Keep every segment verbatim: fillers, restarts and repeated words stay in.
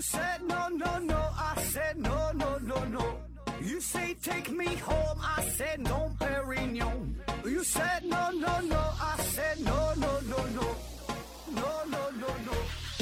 said no no no, I said no no no no. You say take me home, I said no, Perignon. You said no no no, I said no no no no no no no no.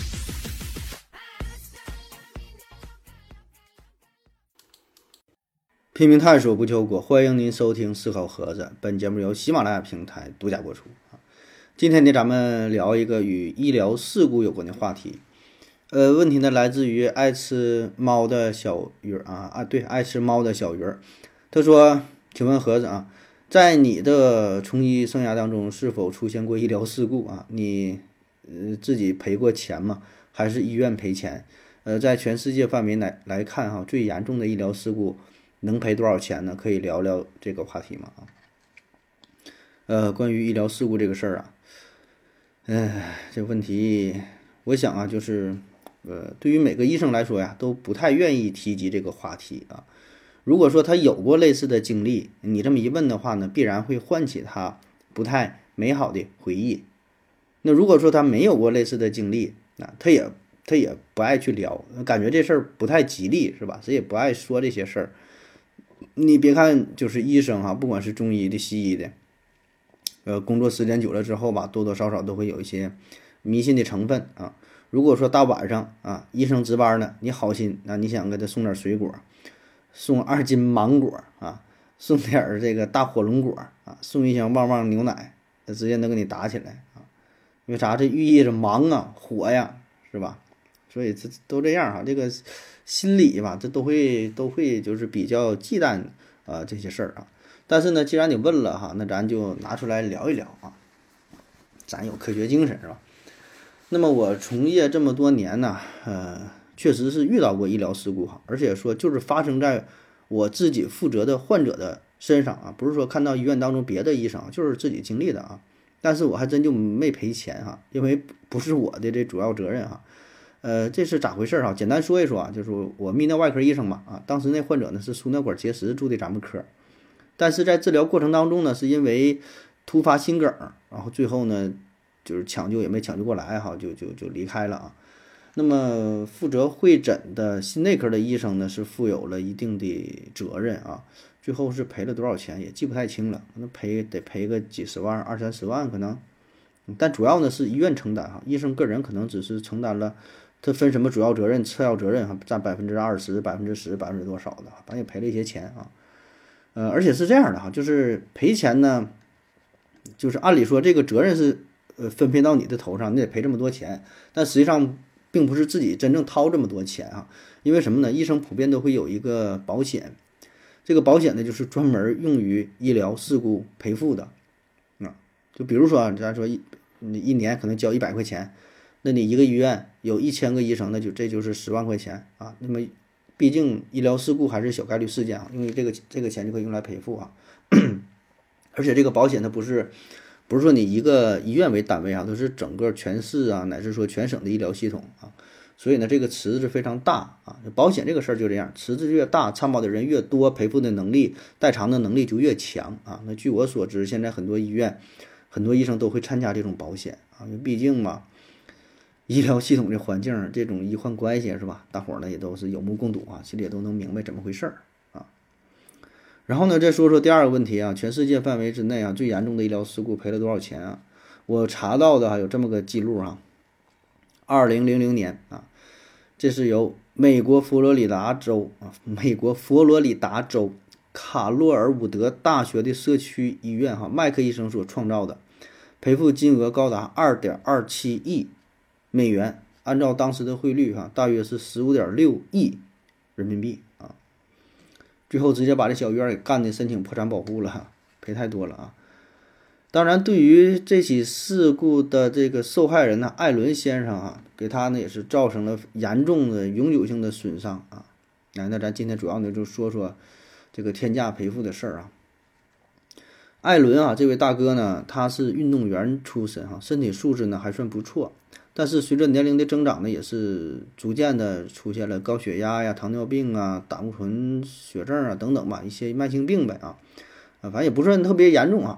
拼命探索不求果，欢迎您收听思考盒子。本节目由喜马拉雅平台独家播出。今天呢，咱们聊一个与医疗事故有关的话题。呃，问题呢来自于爱吃猫的小鱼啊啊，对，爱吃猫的小鱼儿。他说：“请问盒子啊，在你的从医生涯当中，是否出现过医疗事故啊？你呃自己赔过钱吗？还是医院赔钱？呃，在全世界范围来来看哈，最严重的医疗事故能赔多少钱呢？可以聊聊这个话题吗？啊，呃，关于医疗事故这个事儿啊，哎，这个问题，我想啊，就是，呃，对于每个医生来说呀，都不太愿意提及这个话题啊。如果说他有过类似的经历，你这么一问的话呢，必然会唤起他不太美好的回忆。那如果说他没有过类似的经历，啊，他也他也不爱去聊，感觉这事儿不太吉利，是吧？谁也不爱说这些事儿。你别看就是医生哈，不管是中医的、西医的，呃，工作时间久了之后吧，多多少少都会有一些迷信的成分啊。如果说大晚上啊，医生值班呢，你好心啊，你想给他送点水果，送二斤芒果啊，送点儿这个大火龙果啊，送一箱旺旺牛奶，他直接能给你打起来啊。因为啥？这寓意着忙啊，火呀，是吧？所以这都这样哈，这个心理吧，这都会都会就是比较忌惮啊、呃、这些事儿啊。但是呢，既然你问了哈，那咱就拿出来聊一聊啊，咱有科学精神是吧？那么我从业这么多年呢，呃，确实是遇到过医疗事故哈，而且说就是发生在我自己负责的患者的身上啊，不是说看到医院当中别的医生，就是自己经历的啊。但是我还真就没赔钱哈，因为不是我的这主要责任哈。呃，这是咋回事哈？简单说一说啊，就是我泌尿外科医生嘛啊，当时那患者呢是输尿管结石住的咱们科，但是在治疗过程当中呢，是因为突发心梗，然后最后呢就是抢救也没抢救过来哈，就就就离开了啊。那么负责会诊的心内科的医生呢是负有了一定的责任啊，最后是赔了多少钱也记不太清了，那赔得赔个几十万、二三十万可能，但主要呢是医院承担哈，医生个人可能只是承担了。它分什么主要责任、次要责任哈，占百分之二十、百分之十、百分之多少的，反正也赔了一些钱啊。呃，而且是这样的哈，就是赔钱呢，就是按理说这个责任是呃分配到你的头上，你得赔这么多钱，但实际上并不是自己真正掏这么多钱啊。因为什么呢？医生普遍都会有一个保险，这个保险呢就是专门用于医疗事故赔付的啊。就比如说啊，咱说一你一年可能交一百块钱。那你一个医院有一千个医生，那就这就是十万块钱啊。那么，毕竟医疗事故还是小概率事件啊，因为这个这个钱就可以用来赔付啊。而且这个保险它不是不是说你一个医院为单位啊，都是整个全市啊，乃至说全省的医疗系统啊。所以呢，这个池子非常大啊。保险这个事儿就这样，池子越大，参保的人越多，赔付的能力、代偿的能力就越强啊。那据我所知，现在很多医院、很多医生都会参加这种保险啊，因为毕竟嘛。医疗系统的环境，这种医患关系是吧？大伙儿呢也都是有目共睹啊，心里也都能明白怎么回事儿啊。然后呢，再说说第二个问题啊，全世界范围之内啊，最严重的医疗事故赔了多少钱啊？我查到的还有这么个记录啊，二零零零年啊，这是由美国佛罗里达州啊，美国佛罗里达州卡洛尔伍德大学的社区医院哈、啊，麦克医生所创造的，赔付金额高达二点二七亿。美元，按照当时的汇率哈、啊，大约是十五点六亿人民币啊。最后直接把这小鱼儿给干的申请破产保护了，赔太多了啊。当然，对于这起事故的这个受害人呢，艾伦先生啊，给他呢也是造成了严重的永久性的损伤啊。来，那咱今天主要呢就说说这个天价赔付的事儿啊。艾伦啊，这位大哥呢，他是运动员出身哈、啊，身体素质呢还算不错。但是随着年龄的增长呢，也是逐渐的出现了高血压呀、糖尿病啊、胆固醇血症啊等等吧，一些慢性病呗啊，啊，反正也不算特别严重啊。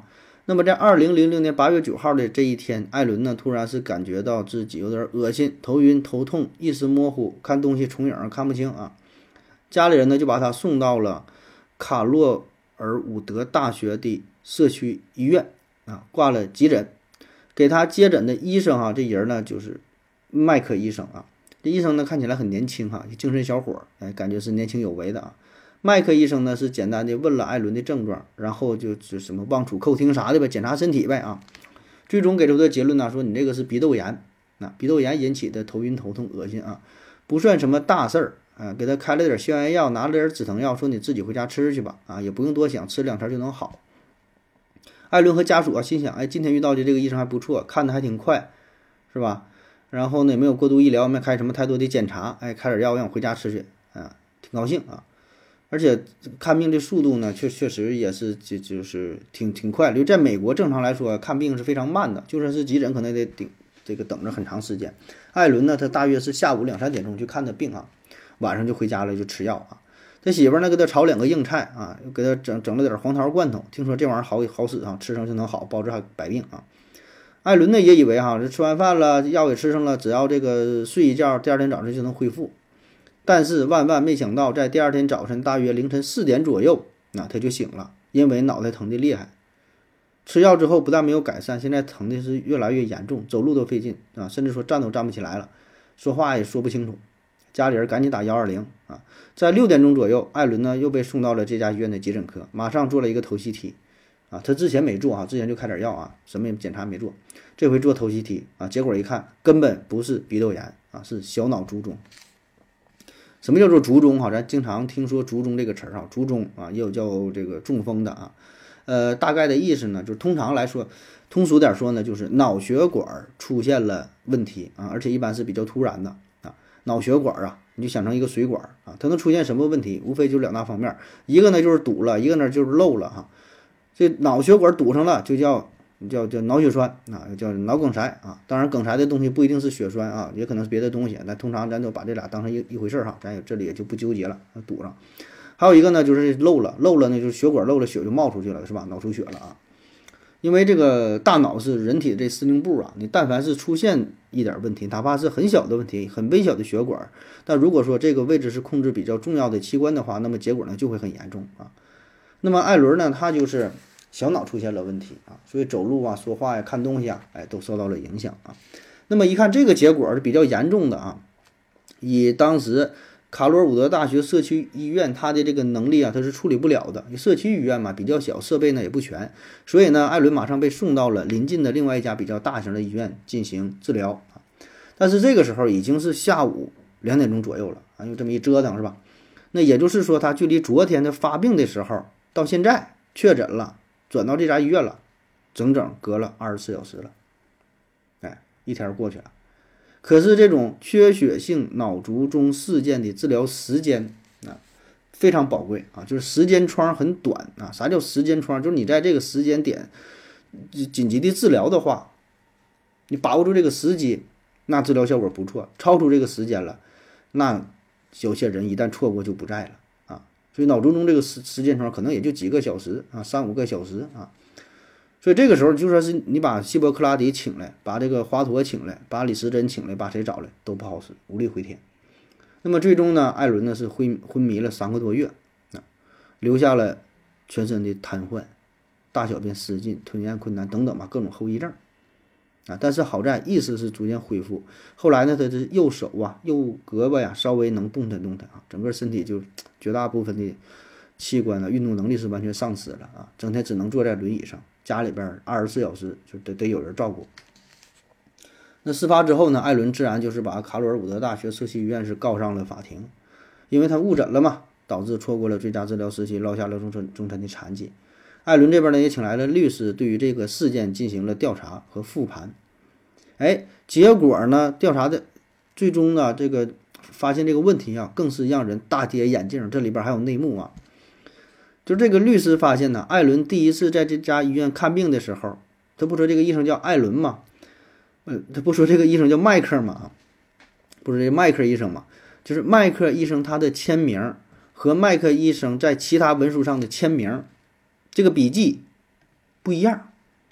那么在二零零零年八月九号的这一天，艾伦呢突然是感觉到自己有点恶心、头晕、头痛、意识模糊，看东西重影看不清啊。家里人呢就把他送到了卡洛尔伍德大学的社区医院啊，挂了急诊。给他接诊的医生哈、啊，这人呢就是麦克医生啊。这医生呢看起来很年轻哈、啊，精神小伙，哎，感觉是年轻有为的啊。麦克医生呢是简单的问了艾伦的症状，然后就就什么望楚叩听啥的呗，检查身体呗啊。最终给出的结论呢，说你这个是鼻窦炎，那、啊、鼻窦炎引起的头晕头痛恶心啊，不算什么大事儿啊。给他开了点消炎药，拿了点止疼药，说你自己回家吃去吧啊，也不用多想，吃两天就能好。艾伦和家属啊心想，哎，今天遇到的这个医生还不错，看的还挺快，是吧？然后呢也没有过度医疗，没开什么太多的检查，哎，开点药让我回家吃去啊，挺高兴啊。而且看病的速度呢，确确实也是就就是挺挺快的。就在美国，正常来说看病是非常慢的，就算是急诊可能得顶这个等着很长时间。艾伦呢，他大约是下午两三点钟去看的病啊，晚上就回家了就吃药啊。他媳妇呢给他炒两个硬菜啊，又给他整整了点黄桃罐头，听说这玩意儿好好使啊，吃上就能好，包治百病啊。艾伦呢也以为哈、啊，这吃完饭了，药也吃上了，只要这个睡一觉，第二天早晨就能恢复。但是万万没想到，在第二天早晨大约凌晨四点左右，那他就醒了，因为脑袋疼得厉害。吃药之后不但没有改善，现在疼的是越来越严重，走路都费劲啊，甚至说站都站不起来了，说话也说不清楚。家里人赶紧打一二零啊，在六点钟左右，艾伦呢又被送到了这家医院的急诊科，马上做了一个透析体啊，他之前没做啊，之前就开点药啊，什么检查没做，这回做透析体啊，结果一看根本不是鼻窦炎啊，是小脑卒中。什么叫做卒中？哈，咱经常听说卒中这个词儿啊，卒中啊，也有叫这个中风的啊。呃，大概的意思呢，就是通常来说，通俗点说呢，就是脑血管出现了问题啊，而且一般是比较突然的啊。脑血管啊，你就想成一个水管啊，它能出现什么问题？无非就两大方面，一个呢就是堵了，一个呢就是漏了哈。这脑血管堵上了，就叫叫叫脑血栓啊，叫脑梗塞啊。当然，梗塞的东西不一定是血栓啊，也可能是别的东西。但通常咱都把这俩当成一一回事儿哈，咱也这里也就不纠结了，堵上。还有一个呢，就是漏了，漏了呢就是血管漏了，血就冒出去了，是吧？脑出血了啊。因为这个大脑是人体的这司令部啊，你但凡是出现一点问题，哪怕是很小的问题，很微小的血管，但如果说这个位置是控制比较重要的器官的话，那么结果呢就会很严重啊。那么艾伦呢，他就是小脑出现了问题啊，所以走路啊、说话呀、看东西啊，哎，都受到了影响啊。那么一看这个结果是比较严重的啊，以当时卡罗尔伍德大学社区医院它的这个能力啊，它是处理不了的。社区医院嘛，比较小，设备呢也不全，所以呢，艾伦马上被送到了临近的另外一家比较大型的医院进行治疗啊。但是这个时候已经是下午两点钟左右了啊，又这么一折腾是吧？那也就是说，他距离昨天的发病的时候到现在确诊了，转到这家医院了，整整隔了二十四小时了，哎，一天过去了。可是这种缺血性脑卒中事件的治疗时间啊非常宝贵啊，就是时间窗很短啊。啥叫时间窗？就是你在这个时间点紧急的治疗的话，你把握住这个时机，那治疗效果不错。超出这个时间了，那有些人一旦错过就不在了啊。所以脑卒中这个时时间窗可能也就几个小时啊，三五个小时啊。所以这个时候就说是你把希波克拉底请来，把这个华佗请来，把李时珍请来，把谁找来都不好使，无力回天。那么最终呢，艾伦呢是昏昏迷了三个多月啊，留下了全身的瘫痪、大小便失禁、吞咽困难等等吧，各种后遗症啊。但是好在意识是逐渐恢复，后来呢，他的右手啊、右胳膊呀稍微能动弹动弹啊，整个身体就绝大部分的器官呢运动能力是完全丧失了啊，整天只能坐在轮椅上。家里边二十四小时就得得有人照顾。那事发之后呢，艾伦自然就是把卡罗尔伍德大学社区医院是告上了法庭，因为他误诊了嘛，导致错过了最佳治疗时期，落下了终身终身的残疾。艾伦这边呢也请来了律师，对于这个事件进行了调查和复盘。哎，结果呢，调查的最终呢，这个发现这个问题啊，更是让人大跌眼镜。这里边还有内幕啊。就这个律师发现呢，艾伦第一次在这家医院看病的时候，他不说这个医生叫艾伦嘛，呃，他不说这个医生叫麦克嘛，不是这个麦克医生嘛，就是麦克医生他的签名和麦克医生在其他文书上的签名，这个笔迹不一样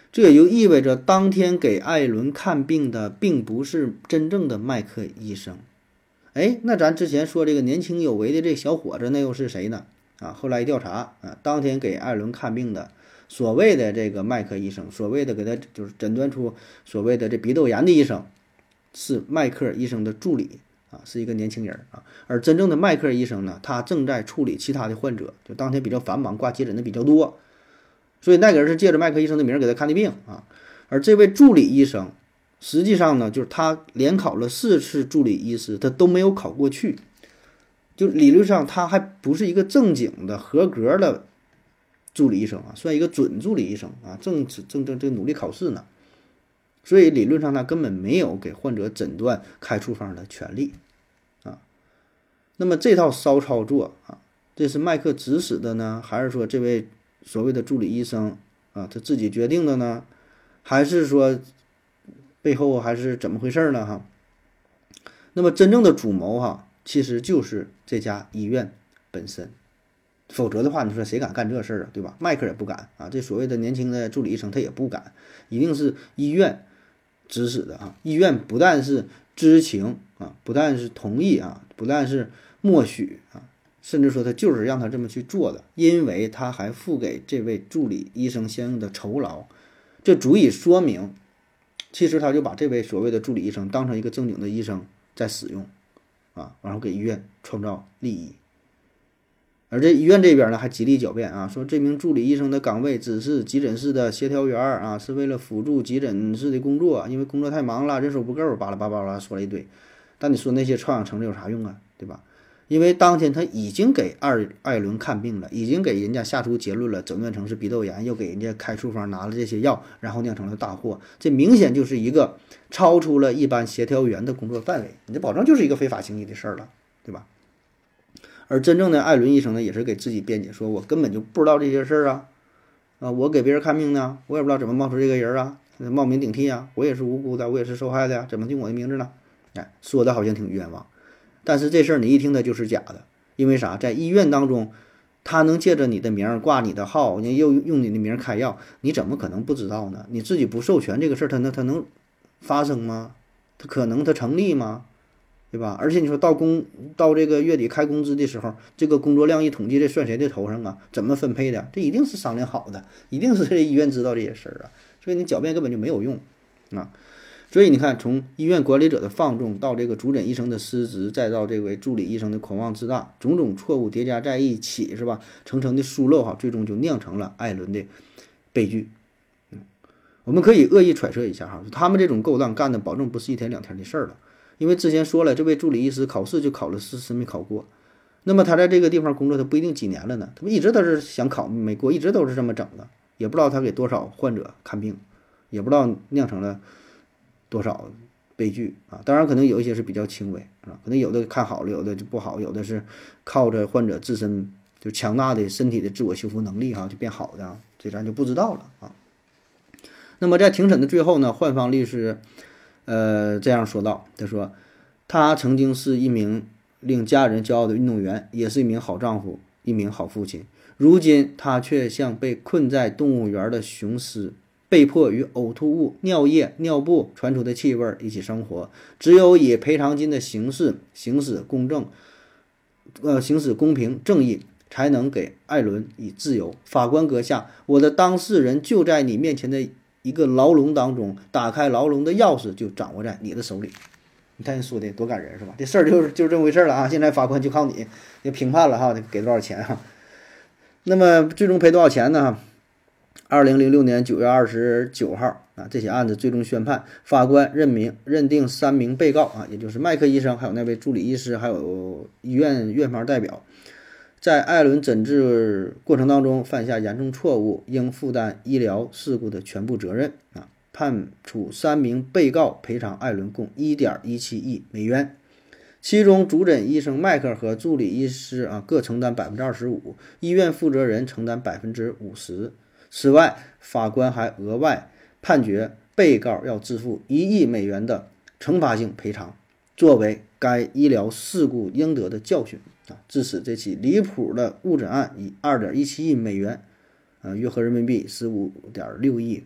这也就意味着当天给艾伦看病的并不是真正的麦克医生。哎，那咱之前说这个年轻有为的这小伙子，那又是谁呢？啊，后来一调查啊，当天给艾伦看病的所谓的这个麦克医生，所谓的给他就是诊断出所谓的这鼻窦炎的医生，是迈克尔医生的助理啊，是一个年轻人啊。而真正的迈克尔医生呢，他正在处理其他的患者，就当天比较繁忙，挂急诊的比较多，所以那个人是借着迈克尔医生的名给他看的病啊。而这位助理医生，实际上呢，就是他连考了四次助理医师，他都没有考过去，就理论上他还不是一个正经的合格的助理医生啊，算一个准助理医生啊，正正正正努力考试呢。所以理论上他根本没有给患者诊断开处方的权利啊。那么这套骚操作啊，这是麦克指使的呢，还是说这位所谓的助理医生啊他自己决定的呢？还是说背后还是怎么回事呢？哈，那么真正的主谋哈，其实就是这家医院本身。否则的话，你说谁敢干这事儿啊？对吧？迈克也不敢啊，这所谓的年轻的助理医生他也不敢，一定是医院指使的啊。医院不但是知情啊，不但是同意啊，不但是默许啊，甚至说他就是让他这么去做的，因为他还付给这位助理医生相应的酬劳，这足以说明，其实他就把这位所谓的助理医生当成一个正经的医生在使用啊，然后给医院创造利益。而这医院这边呢，还极力狡辩啊，说这名助理医生的岗位只是急诊室的协调员啊，是为了辅助急诊室的工作，因为工作太忙了，人手不够，巴拉巴拉巴拉说了一堆。但你说那些臭氧层有啥用啊？对吧？因为当天他已经给二艾伦看病了，已经给人家下出结论了，诊断成是鼻窦炎，又给人家开处方拿了这些药，然后酿成了大祸。这明显就是一个超出了一般协调员的工作范围，你这保证就是一个非法行医的事儿了，对吧？而真正的艾伦医生呢，也是给自己辩解，说我根本就不知道这些事儿啊，啊，我给别人看病呢，我也不知道怎么冒出这个人啊，冒名顶替啊，我也是无辜的，我也是受害的呀，怎么用我的名字呢？哎，说的好像挺冤枉，但是这事儿你一听它就是假的，因为啥？在医院当中，他能借着你的名挂你的号，你又用你的名开药，你怎么可能不知道呢？你自己不授权这个事儿，它能它能发生吗？它可能它成立吗？对吧？而且你说到工到这个月底开工资的时候，这个工作量一统计，这算谁的头上啊？怎么分配的？这一定是商量好的，一定是这医院知道这些事儿啊。所以你狡辩根本就没有用啊。所以你看，从医院管理者的放纵，到这个主诊医生的失职，再到这位助理医生的狂妄自大，种种错误叠加在一起，是吧？层层的疏漏哈，最终就酿成了艾伦的悲剧。嗯，我们可以恶意揣测一下哈，他们这种勾当干的，保证不是一天两天的事儿了。因为之前说了，这位助理医师考试就考了四次没考过，那么他在这个地方工作，他不一定几年了呢，他们一直都是想考没过，一直都是这么整的，也不知道他给多少患者看病，也不知道酿成了多少悲剧啊。当然可能有一些是比较轻微啊，可能有的看好了，有的就不好，有的是靠着患者自身就强大的身体的自我修复能力哈、啊、就变好的，这咱就不知道了啊。那么在庭审的最后呢，患方律师呃，这样说道，他说，他曾经是一名令家人骄傲的运动员，也是一名好丈夫，一名好父亲。如今他却像被困在动物园的雄狮，被迫与呕吐物、尿液、尿布传出的气味一起生活。只有以赔偿金的形式行使公正，呃，行使公平正义，才能给艾伦以自由。法官阁下，我的当事人就在你面前的一个牢笼当中，打开牢笼的钥匙就掌握在你的手里。你看说的多感人是吧？这事儿就是就是这么回事了啊！现在法官就靠你，你评判了哈，给多少钱哈？那么最终赔多少钱呢？二零零六年九月二十九号啊，这起案子最终宣判，法官任命认定三名被告啊，也就是麦克医生，还有那位助理医师，还有医院院方代表，在艾伦诊治过程当中犯下严重错误，应负担医疗事故的全部责任啊，判处三名被告赔偿艾伦共 一点一七亿美元，其中主诊医生迈克和助理医师啊各承担 百分之二十五， 医院负责人承担 百分之五十。此外，法官还额外判决被告要支付一亿美元的惩罚性赔偿，作为该医疗事故应得的教训啊！致使这起离谱的误诊案以 二点一七亿美元，呃，约合人民币 十五点六亿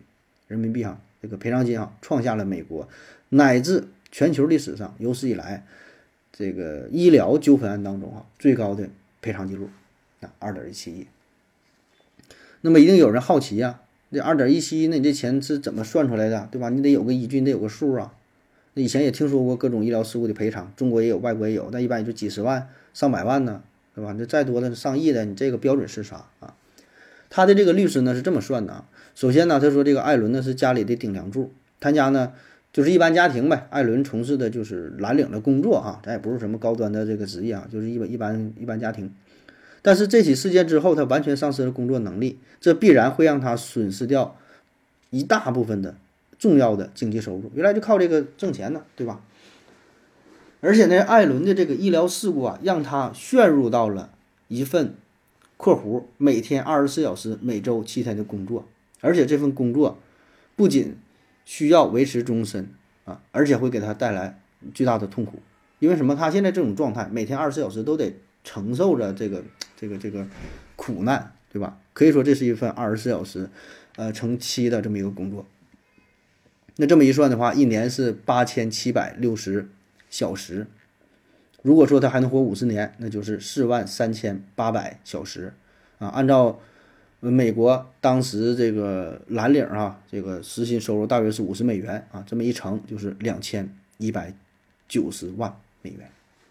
人民币哈，这个赔偿金哈创下了美国乃至全球历史上有史以来这个医疗纠纷案当中哈最高的赔偿记录啊，二点一七亿。那么一定有人好奇呀、啊，这二点一七亿，那你这钱是怎么算出来的，对吧？你得有个依据，你得有个数啊。那以前也听说过各种医疗事故的赔偿，中国也有，外国也有，但一般也就几十万、上百万呢，对吧？这再多的上亿的，你这个标准是啥啊？他的这个律师呢是这么算的啊。首先呢，他说这个艾伦呢是家里的顶梁柱，他家呢就是一般家庭呗。艾伦从事的就是蓝领的工作啊，咱也不是什么高端的这个职业啊，就是一般一般一般家庭。但是这起事件之后，他完全丧失了工作能力，这必然会让他损失掉一大部分的重要的经济收入。原来就靠这个挣钱呢，对吧？而且呢，艾伦的这个医疗事故啊，让他陷入到了一份（括弧）每天二十四小时、每周七天的工作，而且这份工作不仅需要维持终身啊，而且会给他带来巨大的痛苦。因为什么？他现在这种状态，每天二十四小时都得承受着这个这个这个苦难，对吧？可以说这是一份二十四小时，呃，乘七的这么一个工作。那这么一算的话，一年是八千七百六十小时。如果说他还能活五十年，那就是四万三千八百小时啊。按照美国当时这个蓝领啊，这个时薪收入大约是五十美元啊，这么一乘就是两千一百九十万美元。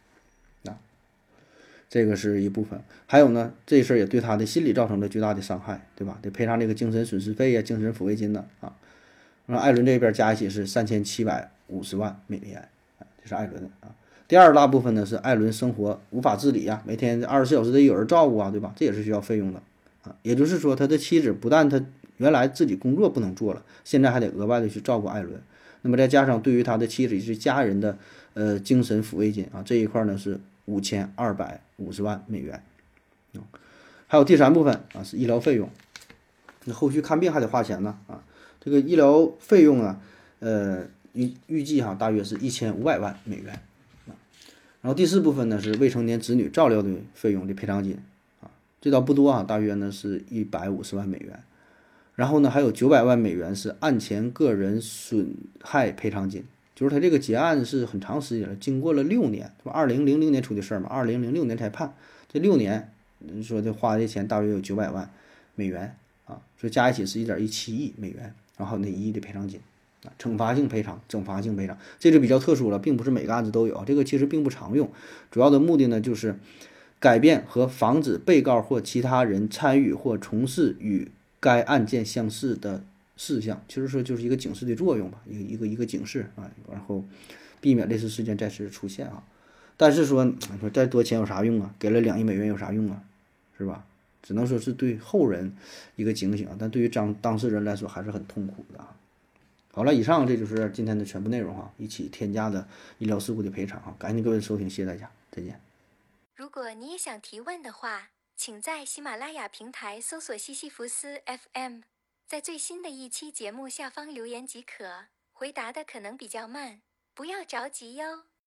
这个是一部分，还有呢，这事儿也对他的心理造成了巨大的伤害，对吧？得赔偿这个精神损失费呀、精神抚慰金呢啊。那艾伦这边加一起是三千七百五十万美元，啊，这是艾伦啊。第二大部分呢是艾伦生活无法自理呀、啊，每天二十四小时得有人照顾啊，对吧？这也是需要费用的啊。也就是说，他的妻子不但他原来自己工作不能做了，现在还得额外的去照顾艾伦。那么再加上对于他的妻子以及家人的呃精神抚慰金啊，这一块呢是五千二百五十万美元，嗯，还有第三部分啊是医疗费用，那后续看病还得花钱呢啊，这个医疗费用啊，呃预预计哈大约是一千五百万美元啊，然后第四部分呢是未成年子女照料的费用的赔偿金啊，这倒不多啊，大约呢是一百五十万美元，然后呢还有九百万美元是案前个人损害赔偿金。就是他这个结案是很长时间了，经过了六年，二零零零年出的事儿嘛，二零零六年才判，这六年，你说这花的钱大约有九百万美元啊，所以加一起是一点一七亿美元，然后那一亿的赔偿金啊，惩罚性赔偿、整罚性赔偿，这就比较特殊了，并不是每个案子都有，这个其实并不常用，主要的目的呢就是改变和防止被告或其他人参与或从事与该案件相似的事项，其实说就是一个警示的作用吧，一个一个一个警示啊，然后避免类似事件再次出现啊。但是说你说再多钱有啥用啊？给了两亿美元有啥用啊？是吧？只能说是对后人一个警醒，但对于当当事人来说还是很痛苦的啊。好了，以上这就是今天的全部内容哈，一起天价的医疗事故的赔偿啊！感谢各位收听，谢谢大家，再见。 如果你也想提问的话，请在喜马拉雅平台搜索西西弗斯 F M。在最新的一期节目下方留言即可，回答的可能比较慢，不要着急哟。